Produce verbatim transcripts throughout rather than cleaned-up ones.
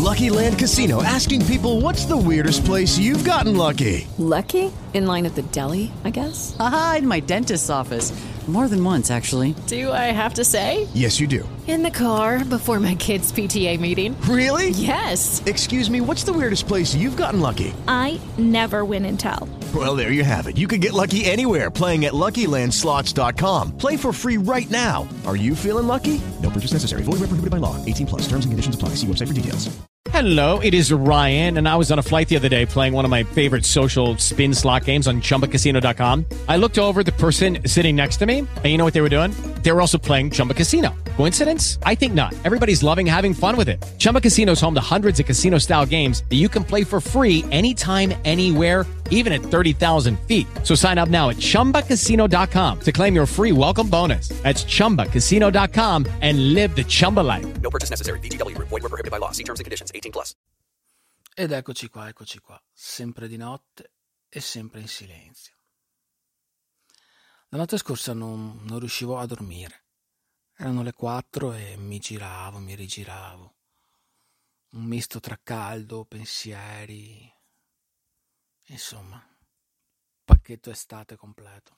Lucky Land Casino, asking people, what's the weirdest place you've gotten lucky? Lucky? In line at the deli, I guess? Aha, in my dentist's office. More than once, actually. Do I have to say? Yes, you do. In the car before my kids' P T A meeting. Really? Yes. Excuse me, what's the weirdest place you've gotten lucky? I never win and tell. Well, there you have it. You can get lucky anywhere, playing at Lucky Land Slots dot com. Play for free right now. Are you feeling lucky? No purchase necessary. Void where prohibited by law. eighteen plus. Terms and conditions apply. See website for details. Hello, it is Ryan, and I was on a flight the other day playing one of my favorite social spin slot games on Chumba Casino dot com. I looked over at the person sitting next to me, and you know what they were doing? They were also playing Chumba Casino. Coincidence? I think not. Everybody's loving having fun with it. Chumba Casino is home to hundreds of casino-style games that you can play for free anytime, anywhere, even at thirty thousand feet. So sign up now at Chumba Casino dot com to claim your free welcome bonus. That's Chumba Casino dot com and live the Chumba life. No purchase necessary. V G W. Void where prohibited by law. See terms and conditions. eighteen plus. Ed eccoci qua, eccoci qua. Sempre di notte e sempre in silenzio. La notte scorsa non, non riuscivo a dormire. Erano le quattro e mi giravo, mi rigiravo. Un misto tra caldo, pensieri. Insomma, pacchetto estate completo.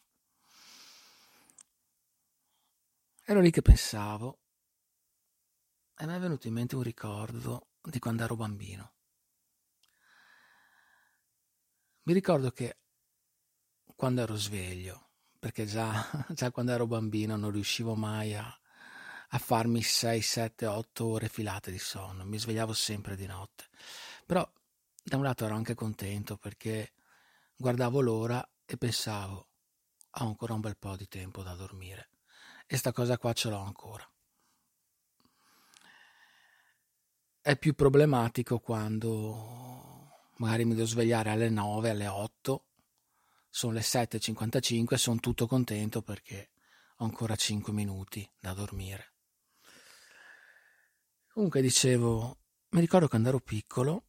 Ero lì che pensavo e mi è venuto in mente un ricordo di quando ero bambino. Mi ricordo che quando ero sveglio, perché già, già quando ero bambino non riuscivo mai a, a farmi sei, sette, otto ore filate di sonno, mi svegliavo sempre di notte. Però da un lato ero anche contento perché guardavo l'ora e pensavo, ho ancora un bel po' di tempo da dormire e sta cosa qua ce l'ho ancora. È più problematico quando magari mi devo svegliare alle nove, alle otto, sono le sette e cinquantacinque, sono tutto contento perché ho ancora cinque minuti da dormire. Comunque dicevo, mi ricordo quando ero piccolo,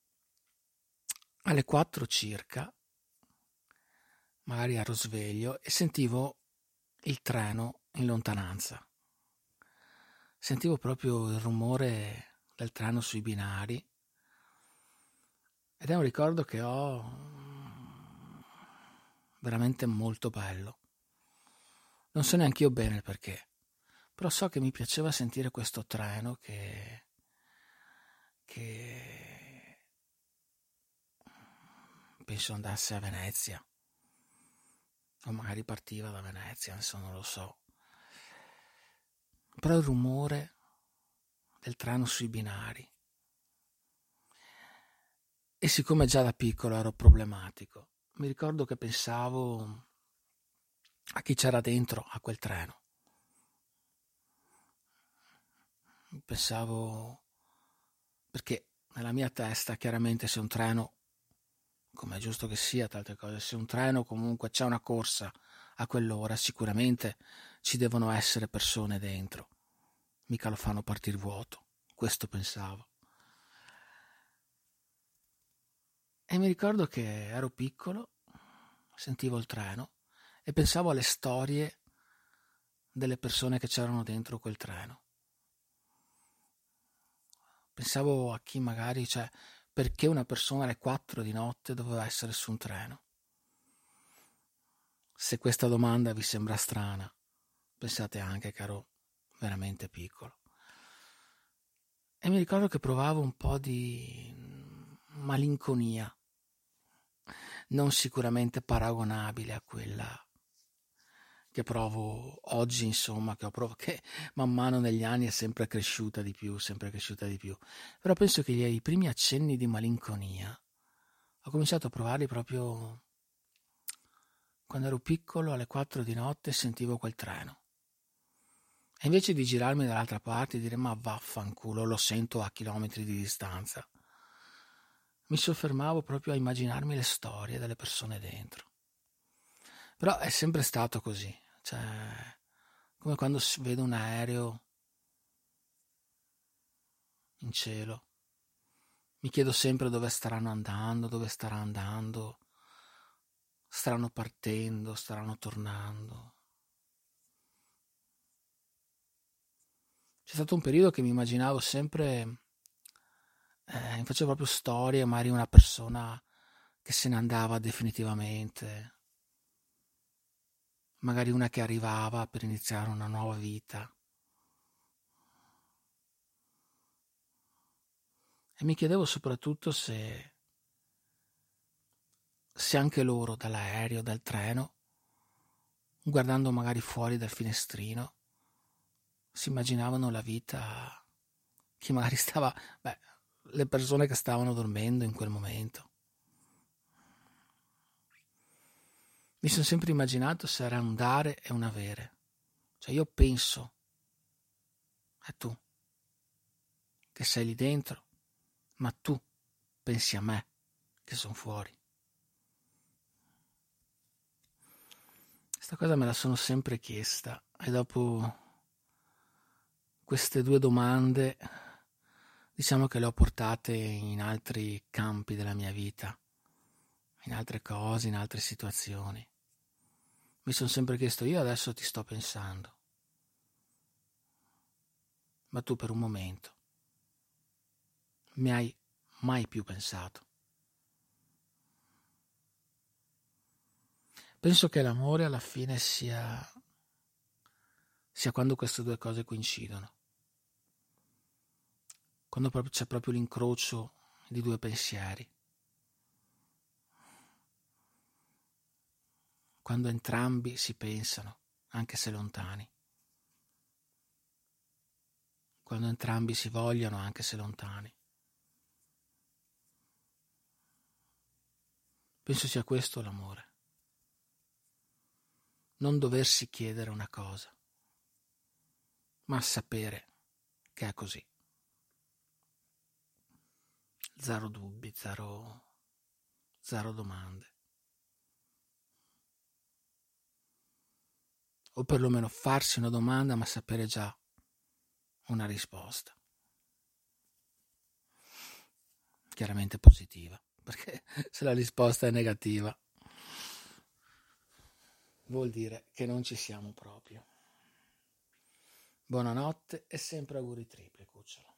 alle quattro circa, magari ero sveglio e sentivo il treno in lontananza. Sentivo proprio il rumore del treno sui binari ed è un ricordo che ho veramente molto bello. Non so neanche io bene il perché, però so che mi piaceva sentire questo treno che che penso andasse a Venezia o magari partiva da Venezia, adesso non lo so. Però il rumore del treno sui binari. E siccome già da piccolo ero problematico, mi ricordo che pensavo a chi c'era dentro a quel treno. Pensavo, perché nella mia testa chiaramente se un treno, come è giusto che sia tante cose, se un treno comunque c'è una corsa a quell'ora, sicuramente ci devono essere persone dentro. Mica lo fanno partire vuoto, questo pensavo. E mi ricordo che ero piccolo, sentivo il treno e pensavo alle storie delle persone che c'erano dentro quel treno. Pensavo a chi magari, cioè, perché una persona alle quattro di notte doveva essere su un treno. Se questa domanda vi sembra strana, pensate anche che ero veramente piccolo. E mi ricordo che provavo un po' di malinconia, non sicuramente paragonabile a quella che provo oggi, insomma, che ho provato, che man mano negli anni è sempre cresciuta di più, sempre cresciuta di più. Però penso che i primi accenni di malinconia ho cominciato a provarli proprio quando ero piccolo, alle quattro di notte sentivo quel treno. E invece di girarmi dall'altra parte e dire ma vaffanculo, lo sento a chilometri di distanza, mi soffermavo proprio a immaginarmi le storie delle persone dentro. Però è sempre stato così, cioè come quando vedo un aereo in cielo, mi chiedo sempre dove staranno andando, dove starà andando, staranno partendo, staranno tornando. C'è stato un periodo che mi immaginavo sempre mi facevo proprio storie, magari una persona che se ne andava definitivamente, magari una che arrivava per iniziare una nuova vita. E mi chiedevo soprattutto se, se anche loro dall'aereo, dal treno, guardando magari fuori dal finestrino, si immaginavano la vita, chi magari stava, beh, le persone che stavano dormendo in quel momento. Mi sono sempre immaginato se era un dare e un avere. Cioè io penso, e tu, che sei lì dentro, ma tu pensi a me, che sono fuori. Questa cosa me la sono sempre chiesta e dopo queste due domande diciamo che le ho portate in altri campi della mia vita, in altre cose, in altre situazioni. Mi sono sempre chiesto, io adesso ti sto pensando, ma tu per un momento mi hai mai più pensato? Penso che l'amore alla fine sia, sia quando queste due cose coincidono, quando proprio c'è proprio l'incrocio di due pensieri, quando entrambi si pensano, anche se lontani, quando entrambi si vogliono, anche se lontani. Penso sia questo l'amore. Non doversi chiedere una cosa, ma sapere che è così. Zero dubbi, zero, zero domande. O perlomeno farsi una domanda, ma sapere già una risposta. Chiaramente positiva, perché se la risposta è negativa, vuol dire che non ci siamo proprio. Buonanotte e sempre auguri tripli, cucciolo.